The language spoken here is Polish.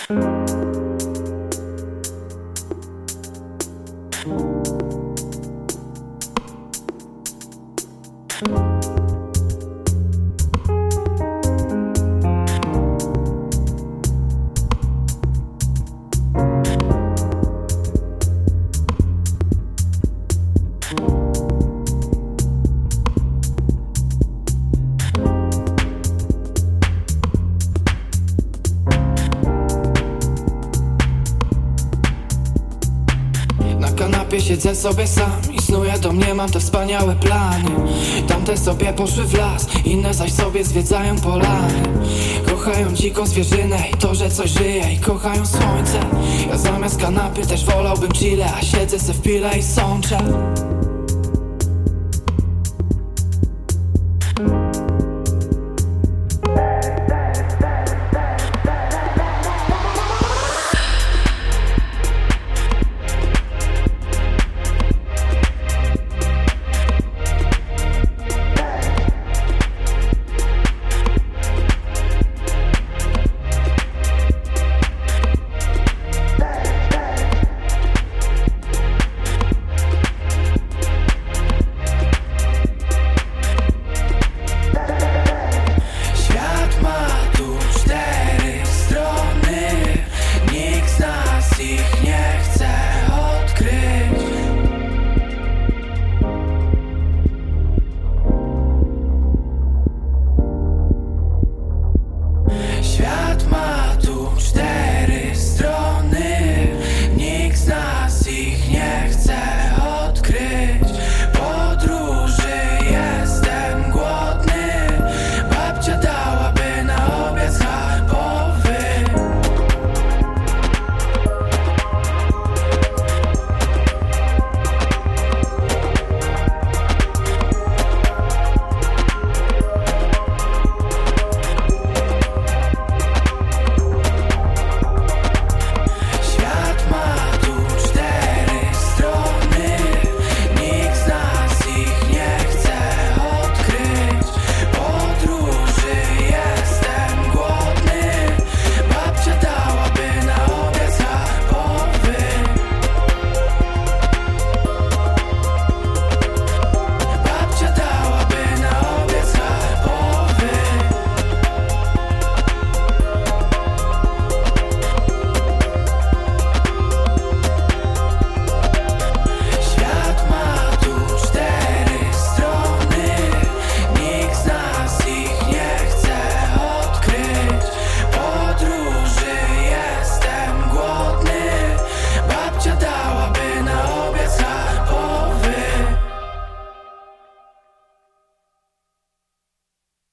Na kanapie siedzę sobie sam i snuję, domniemam te wspaniałe plany. Tamte sobie poszły w las, inne zaś sobie zwiedzają polany. Kochają dziką zwierzynę i to, że coś żyje, i kochają słońce. Ja zamiast kanapy też wolałbym chile, a siedzę se w pile i sączę.